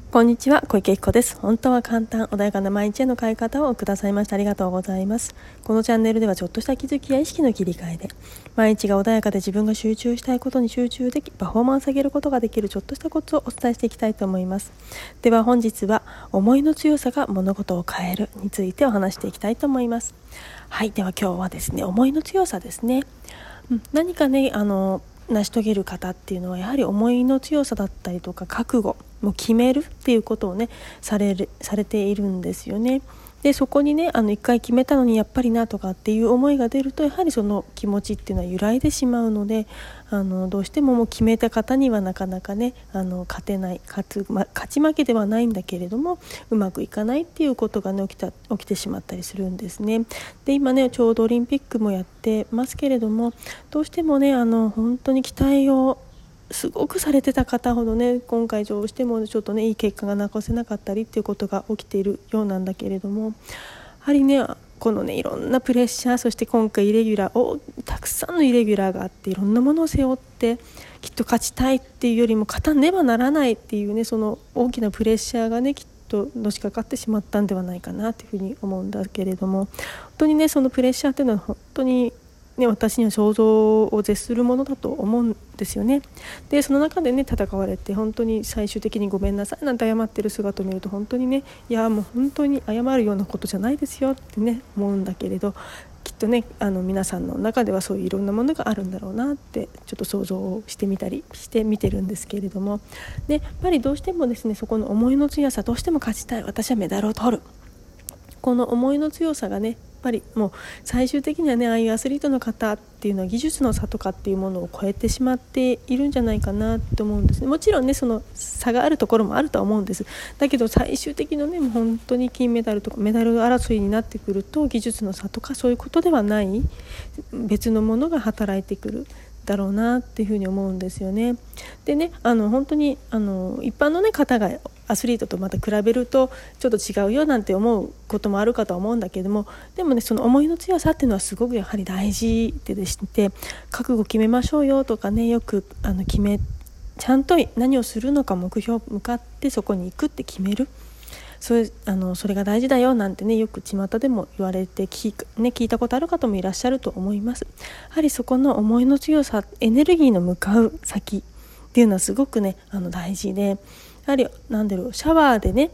こんにちは、小池彦です。本当は簡単、穏やかな毎日への変え方をくださいました。ありがとうございます。このチャンネルではちょっとした気づきや意識の切り替えで毎日が穏やかで自分が集中したいことに集中でき、パフォーマンス上げることができるちょっとしたコツをお伝えしていきたいと思います。では本日は思いの強さが物事を変えるについてお話していきたいと思います。はい、では今日はですね、思いの強さですね。何かね、成し遂げる方っていうのはやはり思いの強さだったりとか覚悟も決めるっていうことをねされているんですよね。でそこにね一回決めたのにやっぱりなとかっていう思いが出るとやはりその気持ちっていうのは揺らいでしまうのでどうしてももう決めた方にはなかなかね勝てない勝ち負けではないんだけれどもうまくいかないっていうことがね起きてしまったりするんですね。で今ねちょうどオリンピックもやってますけれどもどうしてもね本当に期待をすごくされてた方ほどね今回どうしてもちょっとねいい結果が残せなかったりっていうことが起きているようなんだけれどもやはりねこのねいろんなプレッシャーそして今回イレギュラーをたくさんのイレギュラーがあっていろんなものを背負ってきっと勝ちたいっていうよりも勝たねばならないっていうねその大きなプレッシャーがねきっとのしかかってしまったんではないかなというふうに思うんだけれども本当にねそのプレッシャーというのは本当に私には想像を絶するものだと思うんですよね。でその中でね戦われて本当に最終的にごめんなさいなんて謝ってる姿を見ると本当にねいやもう本当に謝るようなことじゃないですよってね思うんだけれどきっとね皆さんの中ではそういういろんなものがあるんだろうなってちょっと想像してみたりして見てるんですけれどもでやっぱりどうしてもですねそこの思いの強さどうしても勝ちたい私はメダルを取るこの思いの強さがねやっぱりもう最終的にはねああいうアスリートの方っていうのは技術の差とかっていうものを超えてしまっているんじゃないかなと思うんですね。もちろんねその差があるところもあるとは思うんです。だけど最終的なねもう本当に金メダルとかメダル争いになってくると技術の差とかそういうことではない別のものが働いてくるだろうなっていうふうに思うんですよね。でね本当に一般の、ね、方がアスリートとまた比べるとちょっと違うよなんて思うこともあるかとは思うんだけどもでもねその思いの強さっていうのはすごくやはり大事でして覚悟決めましょうよとかねよくちゃんと何をするのか目標向かってそこに行くって決めるそれが大事だよなんてねよく巷でも言われて聞いたことある方もいらっしゃると思います。やはりそこの思いの強さエネルギーの向かう先っていうのはすごくね大事でやはりシャワーでね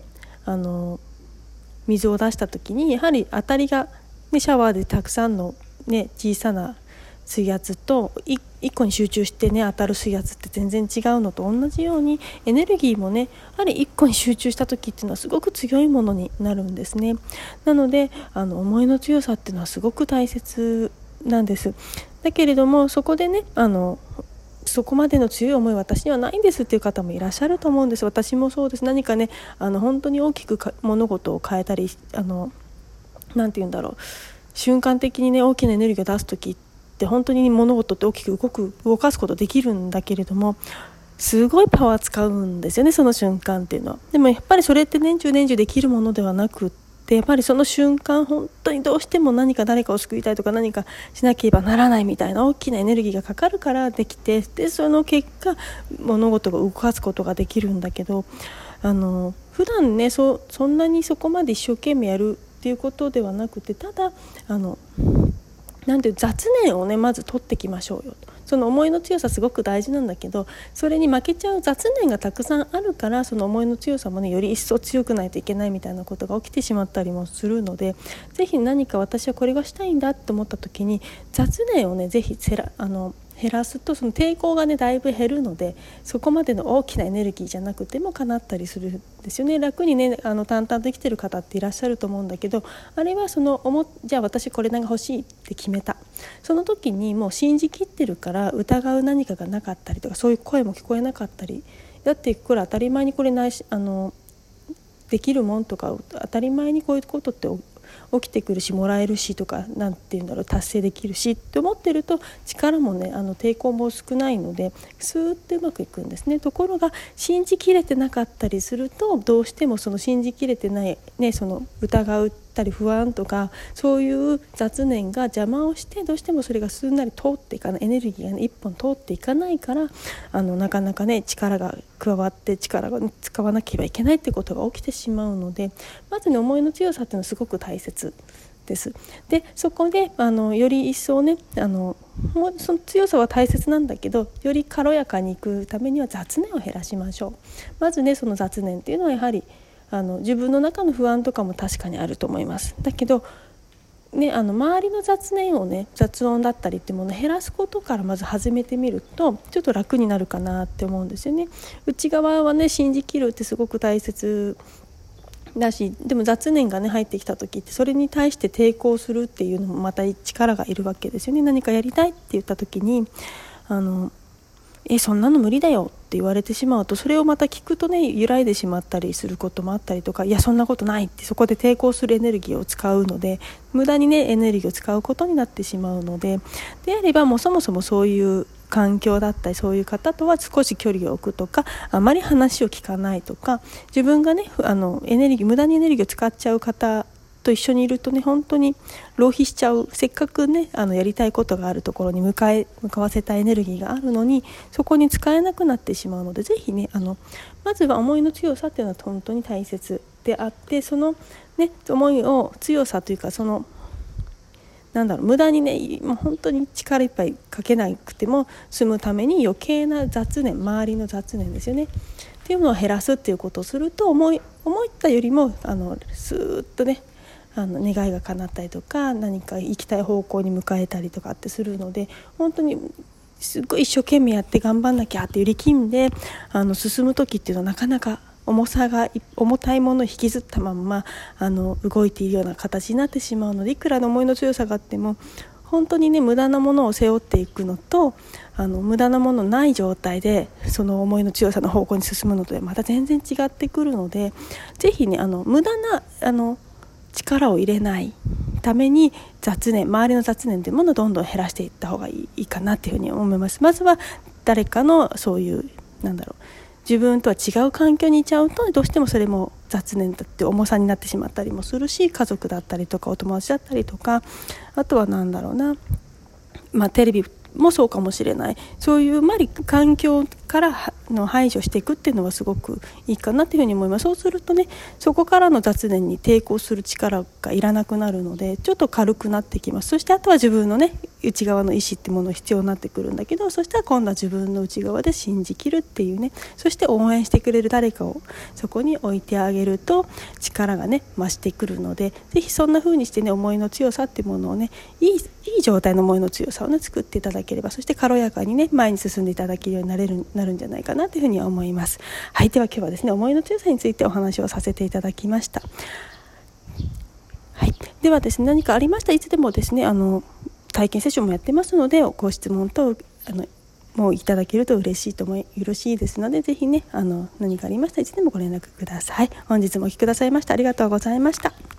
水を出した時にやはり当たりが、ね、シャワーでたくさんの、ね、小さな水圧と一個に集中してね当たる水圧って全然違うのと同じようにエネルギーもねやはり一個に集中した時っていうのはすごく強いものになるんですね。なので思いの強さっていうのはすごく大切なんです。だけれどもそこでねそこまでの強い思いは私にはないんですっていう方もいらっしゃると思うんです。私もそうです。何かね本当に大きく物事を変えたりなんて言うんだろう瞬間的にね大きなエネルギーを出す時って本当に物事って大きく動かすことできるんだけれどもすごいパワー使うんですよねその瞬間っていうのは。でもやっぱりそれって年中できるものではなくってやっぱりその瞬間本当にどうしても何か誰かを救いたいとか何かしなければならないみたいな大きなエネルギーがかかるからできてでその結果物事が動かすことができるんだけど普段ねそんなにそこまで一生懸命やるっていうことではなくてただなんていう雑念をねまず取ってきましょうよと。その思いの強さすごく大事なんだけどそれに負けちゃう雑念がたくさんあるからその思いの強さもねより一層強くないといけないみたいなことが起きてしまったりもするのでぜひ何か私はこれがしたいんだと思った時に雑念をねぜひ減らすとその抵抗がねだいぶ減るのでそこまでの大きなエネルギーじゃなくても叶ったりするんですよね。楽にね淡々と生きてる方っていらっしゃると思うんだけどあれはじゃあ私これが欲しいって決めたその時にもう信じきってるから疑う何かがなかったりとかそういう声も聞こえなかったりだってこれ当たり前にこれないしできるもんとか当たり前にこういうことって起きてくるしもらえるしとかなんていうんだろう達成できるしって思ってると力もね抵抗も少ないのでスーッてうまくいくんですね。ところが信じきれてなかったりするとどうしてもその信じきれてない、ね、その疑うったり不安とかそういう雑念が邪魔をしてどうしてもそれがすんなり通っていかない、エネルギーが、一本通っていかないからなかなかね力が加わって力が使わなければいけないってことが起きてしまうので、まずね思いの強さっていうのはすごく大切です。でそこでより一層ねもうその強さは大切なんだけど、より軽やかにいくためには雑念を減らしましょう。まずねその雑念っていうのはやはり自分の中の不安とかも確かにあると思います。だけどね、周りの雑念をね雑音だったりっていうものを減らすことからまず始めてみるとちょっと楽になるかなって思うんですよね。内側はね信じきるってすごく大切だし、でも雑念がね入ってきた時ってそれに対して抵抗するっていうのもまた力がいるわけですよね。何かやりたいって言った時にそんなの無理だよって言われてしまうと、それをまた聞くとね揺らいでしまったりすることもあったりとか、いやそんなことないってそこで抵抗するエネルギーを使うので無駄にねエネルギーを使うことになってしまうので、であればもうそもそもそういう環境だったりそういう方とは少し距離を置くとか、あまり話を聞かないとか、自分がね無駄にエネルギーを使っちゃう方と一緒にいるとね本当に浪費しちゃう。せっかくねやりたいことがあるところに向かわせたエネルギーがあるのにそこに使えなくなってしまうので、ぜひねまずは思いの強さっていうのは本当に大切であって、そのね思いを強さというか無駄にねもう本当に力いっぱいかけなくても済むために余計な雑念、周りの雑念ですよねっていうのを減らすっていうことをすると思ったよりもスーッとね願いが叶ったりとか何か行きたい方向に向かえたりとかってするので、本当にすごい一生懸命やって頑張んなきゃっていう力んで進む時っていうのはなかなか重たいものを引きずったまんま動いているような形になってしまうので、いくらの思いの強さがあっても本当にね無駄なものを背負っていくのと無駄なものない状態でその思いの強さの方向に進むのとでまた全然違ってくるので、ぜひね無駄な力を入れないために周りの雑念というものをどんどん減らしていった方がいいかなというふうに思います。まずは誰かのそういう自分とは違う環境にいちゃうとどうしてもそれも雑念だって重さになってしまったりもするし、家族だったりとかお友達だったりとか、あとはテレビもそうかもしれない、そういう環境から排除していくっていうのはすごくいいかなというふうに思います。そうするとねそこからの雑念に抵抗する力がいらなくなるのでちょっと軽くなってきます。そしてあとは自分のね内側の意志ってものが必要になってくるんだけど、そしたら今度は自分の内側で信じきるっていうね、そして応援してくれる誰かをそこに置いてあげると力がね増してくるので、ぜひそんな風にしてね思いの強さっていうものをねいい状態の思いの強さをね作っていただければ、そして軽やかにね前に進んでいただけるようになるんじゃないかなというふうに思います。はい、では今日はですね思いの強さについてお話をさせていただきました。はい、ではですね何かありましたらいつでもですね体験セッションもやってますのでご質問ともういただけると嬉しいとよろしいですので、ぜひね何かありましたらいつでもご連絡ください。本日もお聞きくださいましてありがとうございました。